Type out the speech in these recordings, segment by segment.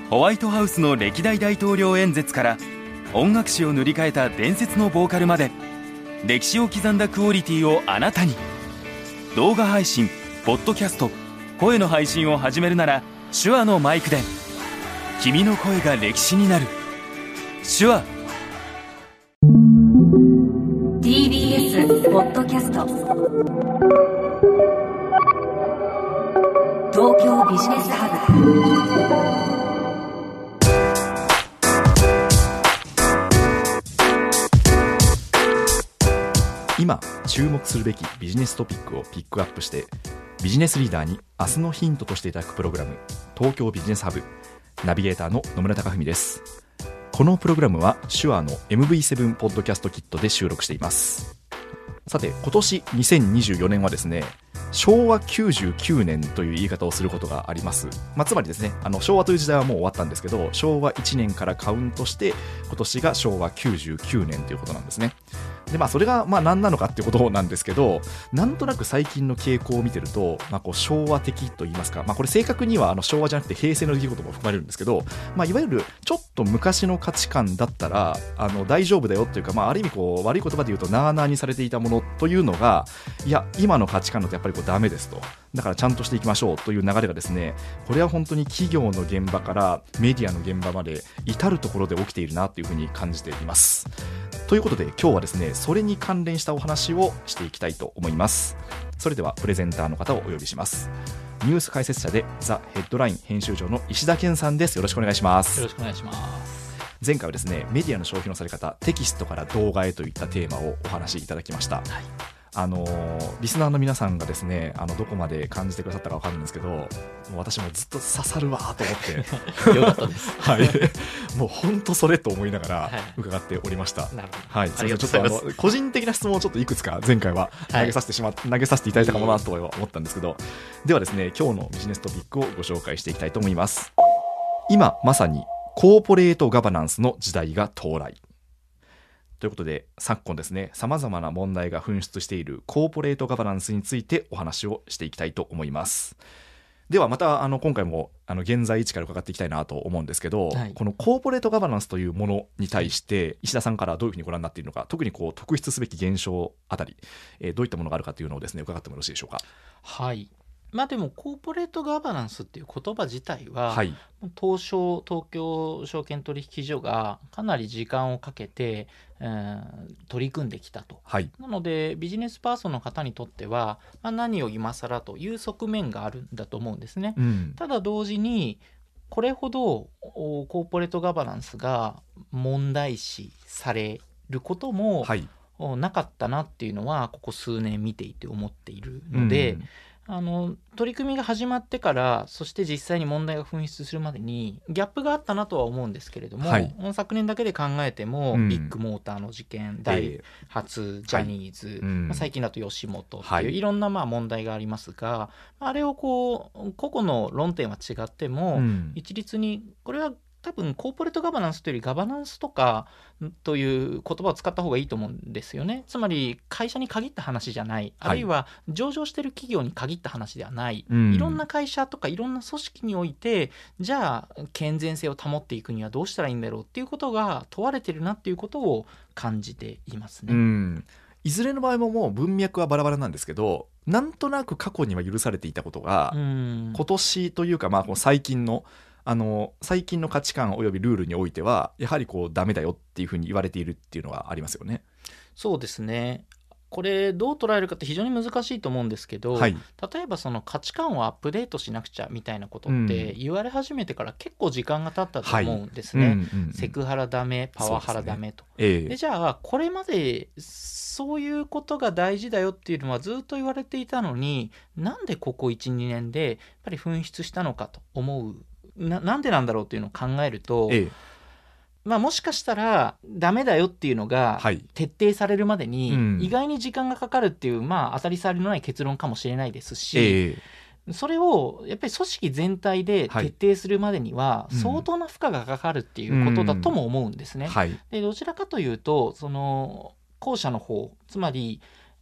ホワイトハウスの歴代大統領演説から音楽史を塗り替えた伝説のボーカルまで、歴史を刻んだクオリティをあなたに。動画配信、ポッドキャスト、声の配信を始めるなら手話のマイクで。君の声が歴史になる。手話。 TBS ポッドキャスト、東京ビジネスハブ。 今注目するべきビジネストピックをピックアップして、ビジネスリーダーに明日のヒントとしていただくプログラム、東京ビジネスハブ。ナビゲーターの野村貴文です。このプログラムは手話の MV7 ポッドキャストキットで収録しています。さて、今年2024年はですね、昭和99年という言い方をすることがあります。つまりですね、昭和という時代はもう終わったんですけど、昭和1年からカウントして今年が昭和99年ということなんですね。で、それが何なのかっていうことなんですけど、なんとなく最近の傾向を見てると、こう昭和的と言いますか、これ正確には昭和じゃなくて平成の出来事も含まれるんですけど、いわゆるちょっと昔の価値観だったら大丈夫だよというか、ある意味こう悪い言葉で言うとなあなあにされていたものというのが、いや今の価値観だとやっぱりこうダメですと、だからちゃんとしていきましょうという流れがですね、これは本当に企業の現場からメディアの現場まで至るところで起きているなというふうに感じています。ということで今日はですね、それに関連したお話をしていきたいと思います。それではプレゼンターの方をお呼びします。ニュース解説者でザ・ヘッドライン編集長の石田健さんです。よろしくお願いします。 よろしくお願いします。 前回はですね、メディアの消費のされ方、テキストから動画へといったテーマをお話しいただきました。リスナーの皆さんがですね、どこまで感じてくださったか分かるんですけど、もう私もずっと刺さるわと思ってよかったです、 はい、もう本当それと思いながら伺っておりました。 なるほど、 はい、それちょっと個人的な質問をちょっといくつか前回は投げさせていただいたかもなと思ったんですけど、ではですね、今日のビジネストピックをご紹介していきたいと思います。今まさにコーポレートガバナンスの時代が到来ということで、昨今ですね、様々な問題が噴出しているコーポレートガバナンスについてお話をしていきたいと思います。ではまた今回も現在位置から伺っていきたいなと思うんですけど、このコーポレートガバナンスというものに対して石田さんからどういうふうにご覧になっているのか、特にこう特筆すべき現象あたり、どういったものがあるかというのをですね、伺ってもよろしいでしょうか。 はい。でもコーポレートガバナンスっていう言葉自体は、東京証券取引所がかなり時間をかけて、取り組んできたと、なのでビジネスパーソンの方にとっては、何を今更という側面があるんだと思うんですね、ただ同時にこれほどコーポレートガバナンスが問題視されることも、なかったなっていうのはここ数年見ていて思っているので、取り組みが始まってからそして実際に問題が噴出するまでにギャップがあったなとは思うんですけれども、昨年だけで考えても、ビッグモーターの事件、ダイハツ、ジャニーズ、最近だと吉本っていういろんな問題がありますが、あれをこう個々の論点は違っても、一律にこれは多分コーポレートガバナンスというよりガバナンスとかという言葉を使った方がいいと思うんですよね。つまり会社に限った話じゃない、あるいは上場している企業に限った話ではない、いろんな会社とかいろんな組織において、じゃあ健全性を保っていくにはどうしたらいいんだろうっていうことが問われているなっていうことを感じていますね。 いずれの場合ももう文脈はバラバラなんですけど、なんとなく過去には許されていたことが、今年というかこの最近の価値観およびルールにおいてはやはりこうダメだよっていうふうに言われているっていうのがありますよね。 そうですね。これどう捉えるかって非常に難しいと思うんですけど、例えばその価値観をアップデートしなくちゃみたいなことって言われ始めてから結構時間が経ったと思うんですね。セクハラダメ、パワハラダメと、でじゃあこれまでそういうことが大事だよっていうのはずっと言われていたのに、なんでここ 1,2 年でやっぱり噴出したのかと思う、なんでなんだろうっていうのを考えると、もしかしたらダメだよっていうのが徹底されるまでに意外に時間がかかるっていう、当たり障りのない結論かもしれないですし、それをやっぱり組織全体で徹底するまでには相当な負荷がかかるっていうことだとも思うんですね。でどちらかというとその後者の方、つまり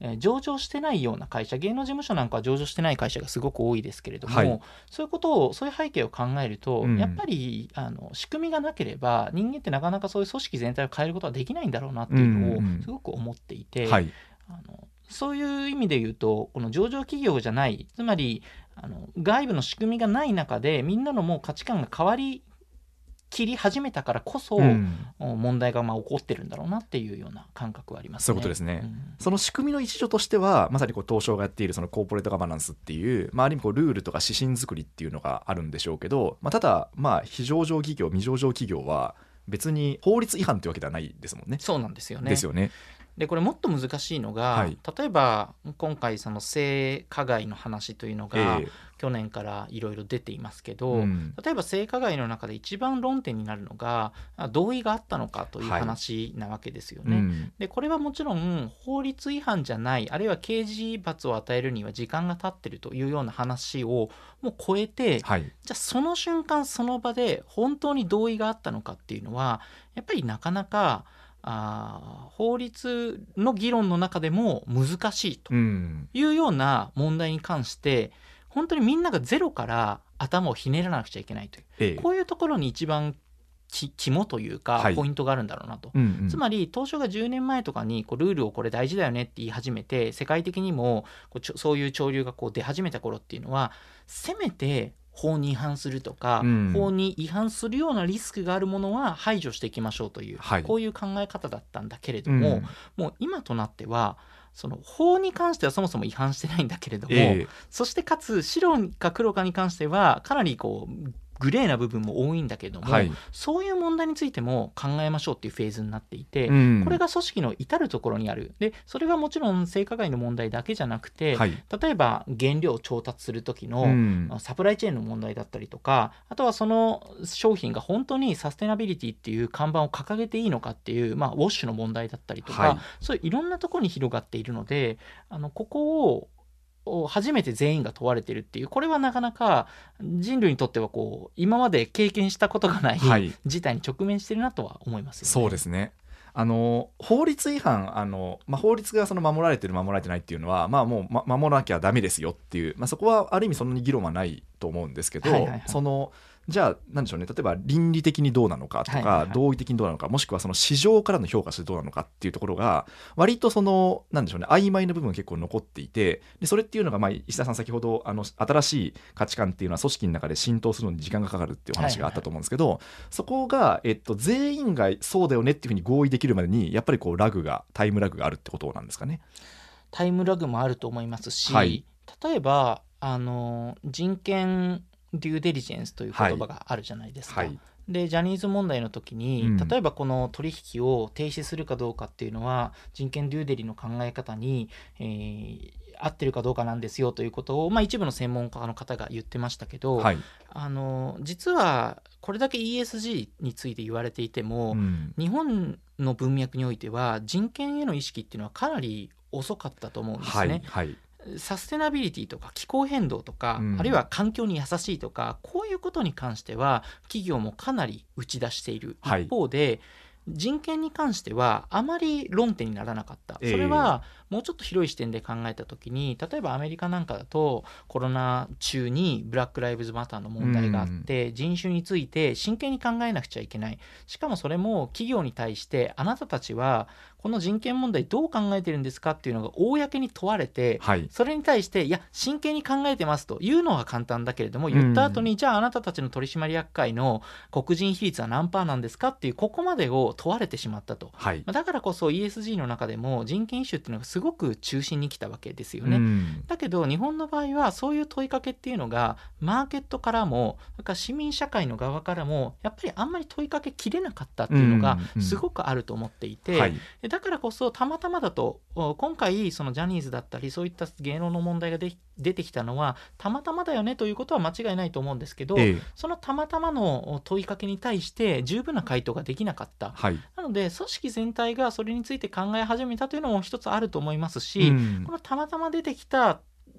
上場してないような会社、芸能事務所なんかは上場してない会社がすごく多いですけれども、そういう背景を考えると、やっぱり仕組みがなければ人間ってなかなかそういう組織全体を変えることはできないんだろうなっていうのをすごく思っていて、そういう意味で言うと、この上場企業じゃない、つまり外部の仕組みがない中でみんなのもう価値観が変わり切り始めたからこそ、問題が起こってるんだろうなっていうような感覚はありますね。 そういうことですね、その仕組みの一助としてはまさに東証がやっているそのコーポレートガバナンスっていう、ある意味ルールとか指針作りっていうのがあるんでしょうけど、ただ非上場企業未上場企業は別に法律違反というわけではないですもんね。 そうなんですよね。 ですよね。 でこれもっと難しいのが、例えば今回その性加害の話というのが去年からいろいろ出ていますけど、例えば性加害の中で一番論点になるのが同意があったのかという話なわけですよね。でこれはもちろん法律違反じゃない、あるいは刑事罰を与えるには時間が経ってるというような話をもう超えて、じゃあその瞬間その場で本当に同意があったのかっていうのはやっぱりなかなか法律の議論の中でも難しいというような問題に関して、本当にみんながゼロから頭をひねらなくちゃいけないという、こういうところに一番肝というかポイントがあるんだろうなと、つまり東証が10年前とかにルールをこれ大事だよねって言い始めて、世界的にもそういう潮流が出始めた頃っていうのは、せめて法に違反するとか、法に違反するようなリスクがあるものは排除していきましょうという、こういう考え方だったんだけれども、もう今となってはその法に関してはそもそも違反してないんだけれども、そしてかつ白か黒かに関してはかなりグレーな部分も多いんだけれども、そういう問題についても考えましょうっていうフェーズになっていて、これが組織の至るところにある。でそれがもちろん性加害の問題だけじゃなくて、例えば原料を調達する時のサプライチェーンの問題だったりとか、あとはその商品が本当にサステナビリティっていう看板を掲げていいのかっていう、ウォッシュの問題だったりとか、そういういろんなところに広がっているので、ここを初めて全員が問われているっていう、これはなかなか人類にとっては今まで経験したことがない事態に直面しているなとは思いますよね。 そうですね。法律違反、法律が守られてる守られてないっていうのは、もう守らなきゃダメですよっていう、そこはある意味そんなに議論はないと思うんですけど、じゃあ何でしょうね、例えば倫理的にどうなのかとか、道義的にどうなのか、もしくはその市場からの評価してどうなのかっていうところが割と何でしょうね、曖昧な部分が結構残っていて、でそれっていうのが石田さん先ほど新しい価値観っていうのは組織の中で浸透するのに時間がかかるっていう話があったと思うんですけど、そこが、全員がそうだよねっていうふうに合意できるまでにやっぱりタイムラグがあるってことなんですかね。 タイムラグもあると思いますし、例えば人権デューデリジェンスという言葉があるじゃないですか。でジャニーズ問題の時に、例えばこの取引を停止するかどうかっていうのは人権デューデリの考え方に、合ってるかどうかなんですよということを、一部の専門家の方が言ってましたけど、実はこれだけ ESG について言われていても、日本の文脈においては人権への意識っていうのはかなり遅かったと思うんですね。サステナビリティとか気候変動とか、あるいは環境に優しいとか、こういうことに関しては企業もかなり打ち出している一方で、人権に関してはあまり論点にならなかった。それはもうちょっと広い視点で考えたときに、例えばアメリカなんかだとコロナ中にブラックライブズマターの問題があって、人種について真剣に考えなくちゃいけない。しかもそれも企業に対して、あなたたちはこの人権問題どう考えてるんですかっていうのが公に問われて、それに対していや真剣に考えてますというのは簡単だけれども、言った後にじゃああなたたちの取締役会の黒人比率は何パーなんですかっていう、ここまでを問われてしまったと、だからこそ ESG の中でも人権イシューっていうのがすごく中心に来たわけですよね。だけど日本の場合はそういう問いかけっていうのがマーケットからも、それから市民社会の側からもやっぱりあんまり問いかけきれなかったっていうのがすごくあると思っていて、だからこそたまたまだと今回そのジャニーズだったりそういった芸能の問題が出てきたのはたまたまだよねということは間違いないと思うんですけど、そのたまたまの問いかけに対して十分な回答ができなかった、なので組織全体がそれについて考え始めたというのも一つあると思いますし、このたまたま出てきた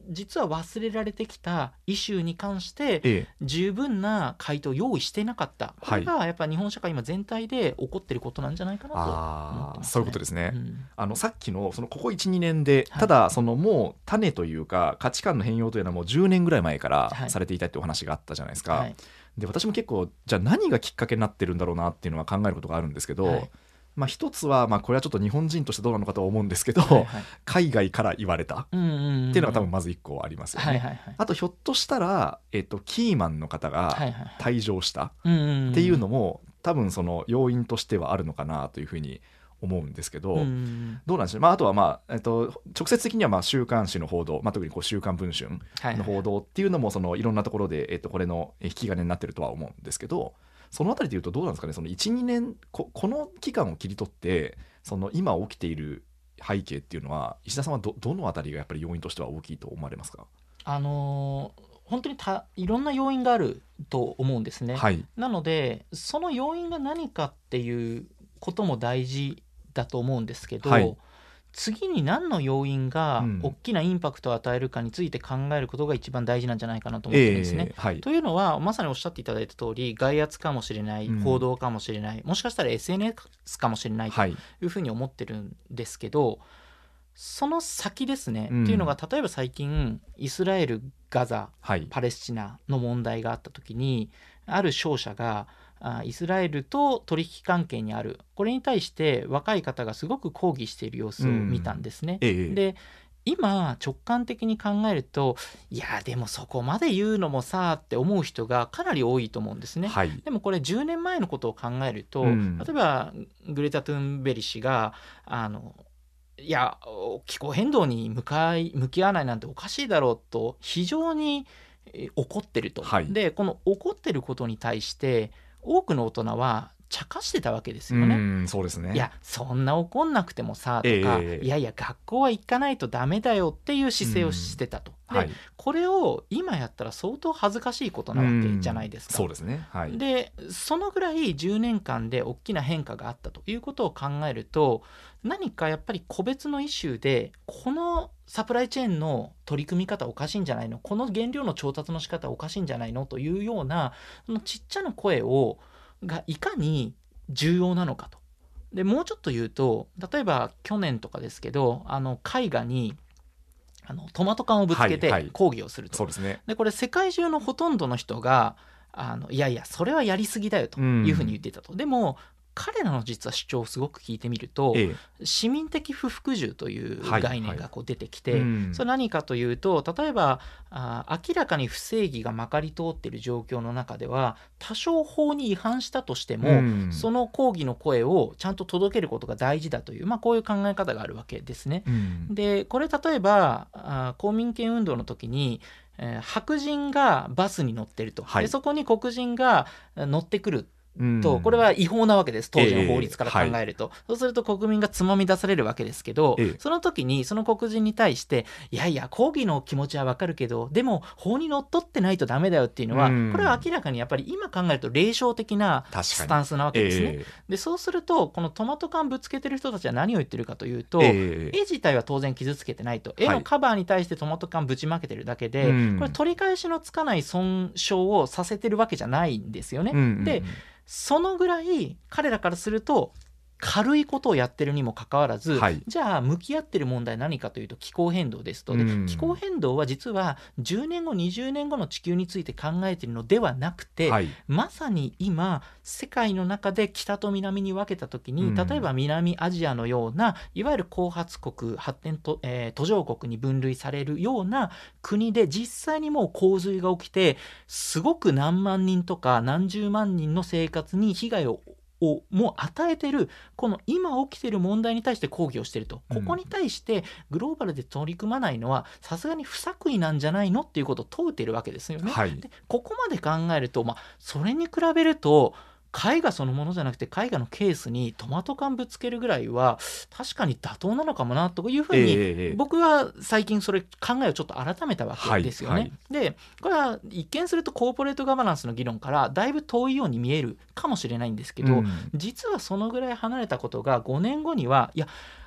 実は忘れられてきたイシューに関して十分な回答を用意していなかった、これがやっぱり日本社会今全体で起こっていることなんじゃないかなと思ってますね。 そういうことですね、さっきのここ 1,2 年でただもう種というか価値観の変容というのはもう10年ぐらい前からされていたってお話があったじゃないですか、で私も結構じゃあ何がきっかけになってるんだろうなっていうのは考えることがあるんですけど、一つはこれはちょっと日本人としてどうなのかとは思うんですけど、海外から言われたっていうのが多分まず1個ありますよね。あとひょっとしたら、キーマンの方が退場したっていうのも多分その要因としてはあるのかなというふうに思うんですけど、どうなんでしょう。あとは直接的には週刊誌の報道、特に週刊文春の報道っていうのもいろんなところで、これの引き金になってるとは思うんですけど、そのあたりでいうとどうなんですかね。1、2年 この期間を切り取って今起きている背景っていうのは石田さんは どのあたりがやっぱり要因としては大きいと思われますか？ 本当にいろんな要因があると思うんですね、なのでその要因が何かっていうことも大事だと思うんですけど、次に何の要因が大きなインパクトを与えるかについて考えることが一番大事なんじゃないかなと思ってるんですね、というのはまさにおっしゃっていただいた通り、外圧かもしれない、報道かもしれない、もしかしたら SNS かもしれないというふうに思ってるんですけど、その先ですね、っていうのが例えば最近イスラエル、ガザ、パレスチナの問題があった時に、ある商社がイスラエルと取引関係にある、これに対して若い方がすごく抗議している様子を見たんですね、で今直感的に考えると、いやでもそこまで言うのもさって思う人がかなり多いと思うんですね、でもこれ10年前のことを考えると、例えばグレタ・トゥンベリ氏がいや気候変動に向き合わないなんておかしいだろうと非常に怒ってると、でこの怒ってることに対して多くの大人は茶化してたわけですよね。 そうですね。 いやそんな怒んなくてもさとか、いやいや学校は行かないとダメだよっていう姿勢をしてたと、でこれを今やったら相当恥ずかしいことなわけじゃないですか。 そうですね、 でそのぐらい10年間で大きな変化があったということを考えると、何かやっぱり個別のイシューでこのサプライチェーンの取り組み方おかしいんじゃないの、この原料の調達の仕方おかしいんじゃないのというようなそのちっちゃな声がいかに重要なのかと。でもうちょっと言うと、例えば去年とかですけど絵画にトマト缶をぶつけて抗議をすると、でこれ世界中のほとんどの人がいやいやそれはやりすぎだよというふうに言っていたと、でも彼らの実は主張をすごく聞いてみると、市民的不服従という概念が出てきて、それ何かというと、例えば明らかに不正義がまかり通っている状況の中では多少法に違反したとしても、その抗議の声をちゃんと届けることが大事だという、こういう考え方があるわけですね、でこれ例えば公民権運動の時に白人がバスに乗ってると、でそこに黒人が乗ってくると、これは違法なわけです、当時の法律から考えると、そうすると国民がつまみ出されるわけですけど、その時にその黒人に対していやいや抗議の気持ちはわかるけどでも法にのっとってないとダメだよっていうのは、これは明らかにやっぱり今考えると冷笑的なスタンスなわけですね、でそうするとこのトマト缶ぶつけてる人たちは何を言ってるかというと、絵自体は当然傷つけてないと、絵のカバーに対してトマト缶ぶちまけてるだけで、これ取り返しのつかない損傷をさせてるわけじゃないんですよね、でそのぐらい彼らからすると軽いことをやってるにもかかわらず、じゃあ向き合ってる問題は何かというと気候変動ですと、で気候変動は実は10年後20年後の地球について考えているのではなくて、まさに今世界の中で北と南に分けた時に、例えば南アジアのようないわゆる後発国発展途上国に分類されるような国で実際にもう洪水が起きてすごく何万人とか何十万人の生活に被害をもう与えてるこの今起きてる問題に対して抗議をしてると、ここに対してグローバルで取り組まないのはさすがに不作為なんじゃないのっていうことを問うてるわけですよね、でここまで考えると、それに比べると絵画そのものじゃなくて絵画のケースにトマト缶ぶつけるぐらいは確かに妥当なのかもなというふうに、僕は最近それ考えをちょっと改めたわけですよね、でこれは一見するとコーポレートガバナンスの議論からだいぶ遠いように見えるかもしれないんですけど、実はそのぐらい離れたことが5年後には、いや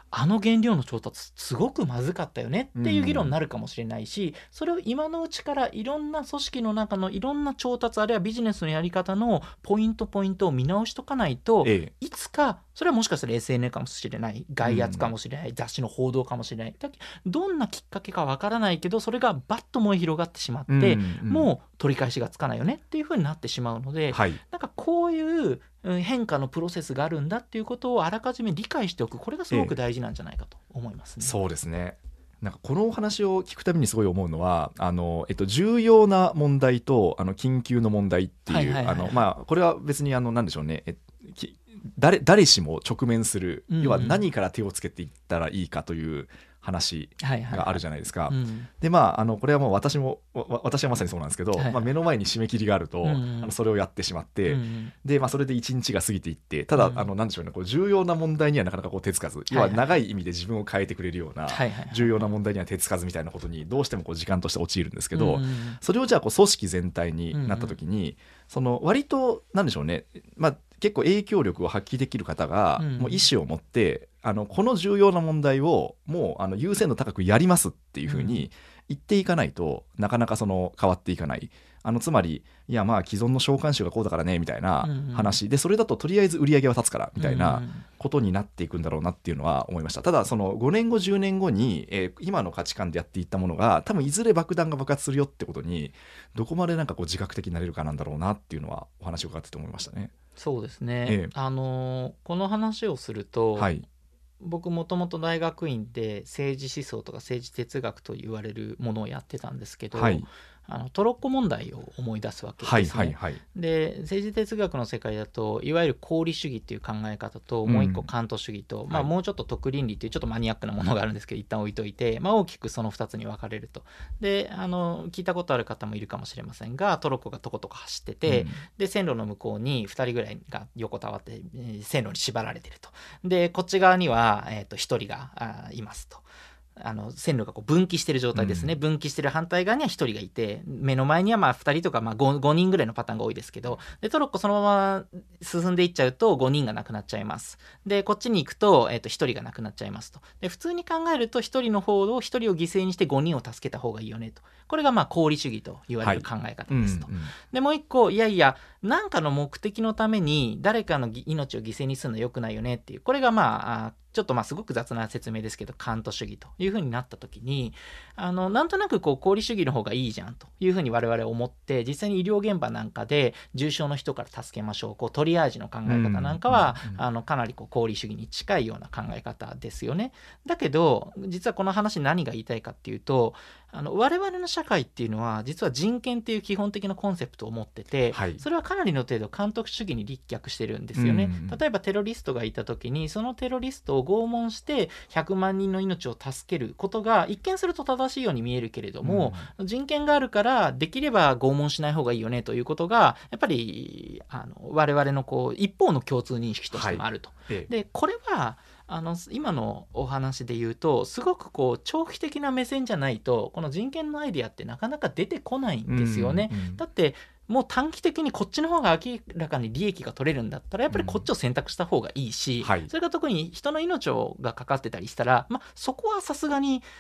あの原料の調達すごくまずかったよねっていう議論になるかもしれないし、それを今のうちからいろんな組織の中のいろんな調達あるいはビジネスのやり方のポイントを見直しとかないと、いつかそれはもしかしたら SNS かもしれない、外圧かもしれない、雑誌の報道かもしれない、どんなきっかけかわからないけどそれがバッと燃え広がってしまって、もう取り返しがつかないよねっていう風になってしまうので、なんかこういう変化のプロセスがあるんだっていうことをあらかじめ理解しておく、これがすごく大事なんじゃないかと思いますね。 そうですね。なんかこのお話を聞くたびにすごい思うのは重要な問題と緊急の問題っていう、これは別に何でしょうね、誰しも直面する、要は何から手をつけていったらいいかという話があるじゃないですか。でこれはもう私はまさにそうなんですけど、目の前に締め切りがあると、それをやってしまって、でそれで1日が過ぎていって、ただなんでしょうね、こう重要な問題にはなかなか手つかず、要は長い意味で自分を変えてくれるような重要な問題には手つかずみたいなことにどうしても時間として陥るんですけど、それをじゃあ組織全体になった時に、割となんでしょうね、結構影響力を発揮できる方がもう意思を持ってこの重要な問題をもう優先度高くやりますっていうふうに言っていかないと、なかなか変わっていかない。つまり既存の召喚集がこうだからねみたいな話で、それだととりあえず売り上げは立つからみたいなことになっていくんだろうなっていうのは思いました。ただ5年後10年後に、今の価値観でやっていったものが多分いずれ爆弾が爆発するよってことにどこまで自覚的になれるかなんだろうなっていうのはお話を伺ってて思いましたね。 そうですね、この話をすると、僕もともと大学院で政治思想とか政治哲学と言われるものをやってたんですけど、トロッコ問題を思い出すわけですね。で政治哲学の世界だといわゆる功利主義っていう考え方と、もう一個カント主義と、もうちょっと徳倫理っていうちょっとマニアックなものがあるんですけど一旦置いといて、大きくその2つに分かれると。で聞いたことある方もいるかもしれませんが、トロッコがとことこ走ってて、で線路の向こうに2人ぐらいが横たわって線路に縛られてると。でこっち側には、1人がいますと。線路が分岐している状態ですね、分岐している反対側には1人がいて、目の前には2人とか5人ぐらいのパターンが多いですけど、でトロッコそのまま進んでいっちゃうと5人が亡くなっちゃいます。でこっちに行くと、1人が亡くなっちゃいますと。で普通に考えると1人を犠牲にして5人を助けた方がいいよねと。これが功利主義と言われる考え方ですと。でもう一個、いやいや何かの目的のために誰かの命を犠牲にするのは良くないよねっていう、これがちょっとすごく雑な説明ですけどカント主義というふうになった時に、なんとなく功利主義の方がいいじゃんというふうに我々思って、実際に医療現場なんかで重症の人から助けましょう、トリアージの考え方なんかは、かなり功利主義に近いような考え方ですよね。だけど実はこの話何が言いたいかっていうと、我々の社会っていうのは実は人権っていう基本的なコンセプトを持ってて、それはかなりの程度監督主義に立脚してるんですよね。例えばテロリストがいた時に、そのテロリストを拷問して100万人の命を助けることが一見すると正しいように見えるけれども、人権があるからできれば拷問しない方がいいよねということがやっぱり我々の一方の共通認識としてもあると。でこれは今のお話で言うとすごく長期的な目線じゃないとこの人権のアイデアってなかなか出てこないんですよね。だってもう短期的にこっちの方が明らかに利益が取れるんだったらやっぱりこっちを選択した方がいいし、それが特に人の命がかかってたりしたら、そこはさすがに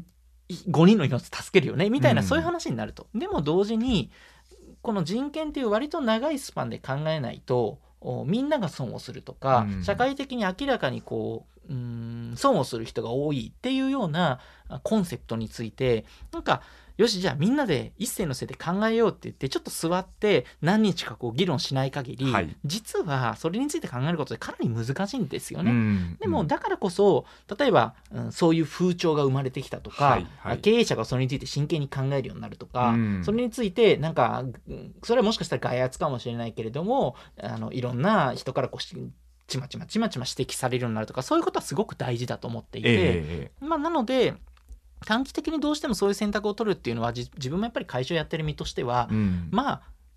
5人の命助けるよねみたいな、そういう話になると。でも同時にこの人権っていう割と長いスパンで考えないとみんなが損をするとか、社会的に明らかに損をする人が多いっていうようなコンセプトについてよしじゃあみんなで一斉のせいで考えようって言ってちょっと座って何日か議論しない限り、実はそれについて考えることでかなり難しいんですよね。でもだからこそ例えば、そういう風潮が生まれてきたとか、経営者がそれについて真剣に考えるようになるとか、それについてそれはもしかしたら外圧かもしれないけれどもいろんな人からちまちま指摘されるようになるとか、そういうことはすごく大事だと思っていて、なので短期的にどうしてもそういう選択を取るっていうのは自分もやっぱり会社をやってる身としては、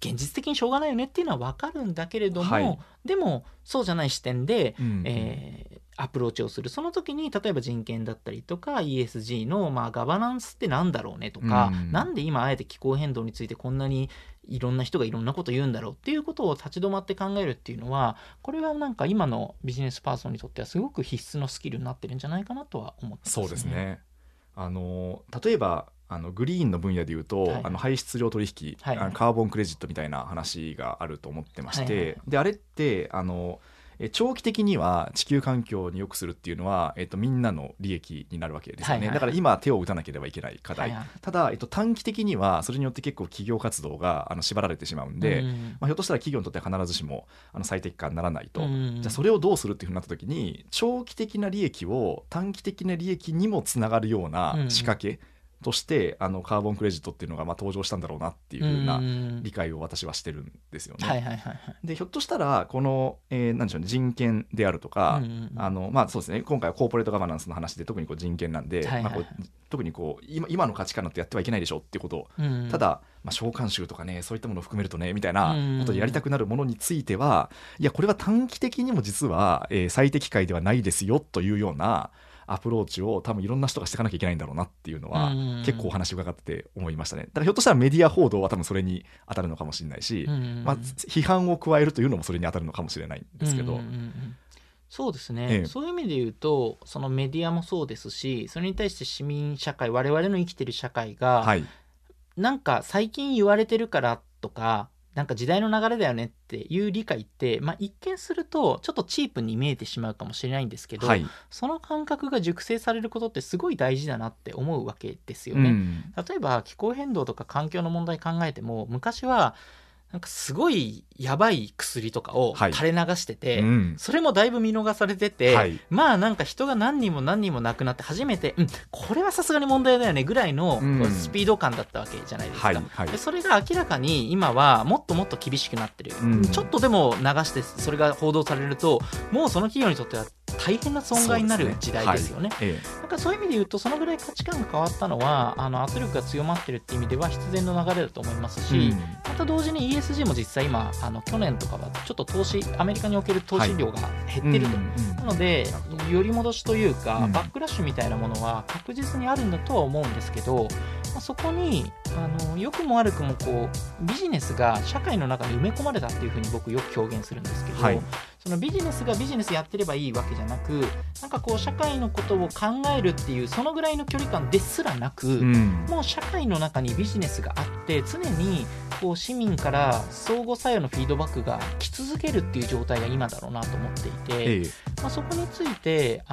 現実的にしょうがないよねっていうのは分かるんだけれども、 はい、 でもそうじゃない視点で、 うんアプローチをする。その時に例えば人権だったりとか ESG のガバナンスってなんだろうねとか、なんで今あえて気候変動についてこんなにいろんな人がいろんなこと言うんだろうっていうことを立ち止まって考えるっていうのは、これはなんか今のビジネスパーソンにとってはすごく必須のスキルになってるんじゃないかなとは思ってますね。 そうですね。例えばグリーンの分野でいうと、 はいはい、 排出量取引、 はいはい、 カーボンクレジットみたいな話があると思ってまして、 はいはい、 であれって長期的には地球環境に良くするっていうのは、みんなの利益になるわけですよね、 はいはい、 だから今手を打たなければいけない課題、 はいはい、ただ、短期的にはそれによって結構企業活動が縛られてしまうんで、ひょっとしたら企業にとっては必ずしも最適化にならないと、じゃあそれをどうするっていうふうになった時に長期的な利益を短期的な利益にもつながるような仕掛けとしてカーボンクレジットっていうのが登場したんだろうなっていう風な理解を私はしてるんですよね。 はいはいはいはい、でひょっとしたらこの、なんでしょうね、人権であるとか、そうですね、今回はコーポレートガバナンスの話で特に人権なんで、はいはいはい、特に今の価値観なんてやってはいけないでしょっていうことを、ただ、召喚集とかね、そういったものを含めるとねみたいなことでやりたくなるものについては、いやこれは短期的にも実は、最適解ではないですよというようなアプローチを多分いろんな人がしていかなきゃいけないんだろうなっていうのは結構お話伺ってて思いましたね。だからひょっとしたらメディア報道は多分それに当たるのかもしれないし、批判を加えるというのもそれに当たるのかもしれないんですけど、 そうですね、そういう意味で言うとそのメディアもそうですし、それに対して市民社会、我々の生きてる社会が、はい、なんか最近言われてるからとかなんか時代の流れだよねっていう理解って、一見するとちょっとチープに見えてしまうかもしれないんですけど、はい、その感覚が熟成されることってすごい大事だなって思うわけですよね。例えば気候変動とか環境の問題考えても、昔はなんかすごいやばい薬とかを垂れ流してて、それもだいぶ見逃されてて、なんか人が何人も何人も亡くなって初めて、これはさすがに問題だよねぐらいのスピード感だったわけじゃないですか。でそれが明らかに今はもっともっと厳しくなってる、ちょっとでも流してそれが報道されると、もうその企業にとっては大変な損害になる時代ですよね。だからそういう意味で言うと、そのぐらい価値観が変わったのは圧力が強まってるっていう意味では必然の流れだと思いますし、また同時に ESG も実際今去年とかはちょっとアメリカにおける投資量が減ってると、なので寄り戻しというか、バックラッシュみたいなものは確実にあるんだとは思うんですけど、そこに良くも悪くもビジネスが社会の中に埋め込まれたっていうふうに僕よく表現するんですけど、そのビジネスがビジネスやってればいいわけじゃなく、なんか社会のことを考えるっていうそのぐらいの距離感ですらなく、もう社会の中にビジネスがあって常に市民から相互作用のフィードバックが来続けるっていう状態が今だろうなと思っていて、そこについて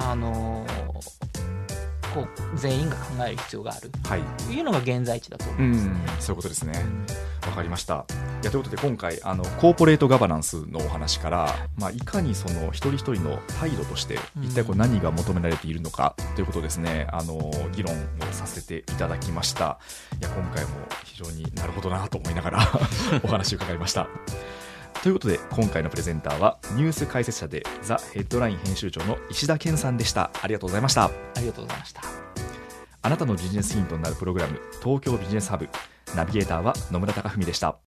全員が考える必要があるというのが現在地だと思いますね。 そういうことですね。わかりました。ということで今回コーポレートガバナンスのお話から、いかにその一人一人の態度として一体何が求められているのかということをですね、議論をさせていただきました。いや今回も非常になるほどなと思いながらお話を伺いました。ということで今回のプレゼンターはニュース解説者でザ・ヘッドライン編集長の石田健さんでした。ありがとうございました。 ありがとうございました。 あなたのビジネスヒントになるプログラム、東京ビジネスハブ、ナビゲーターは野村貴文でした。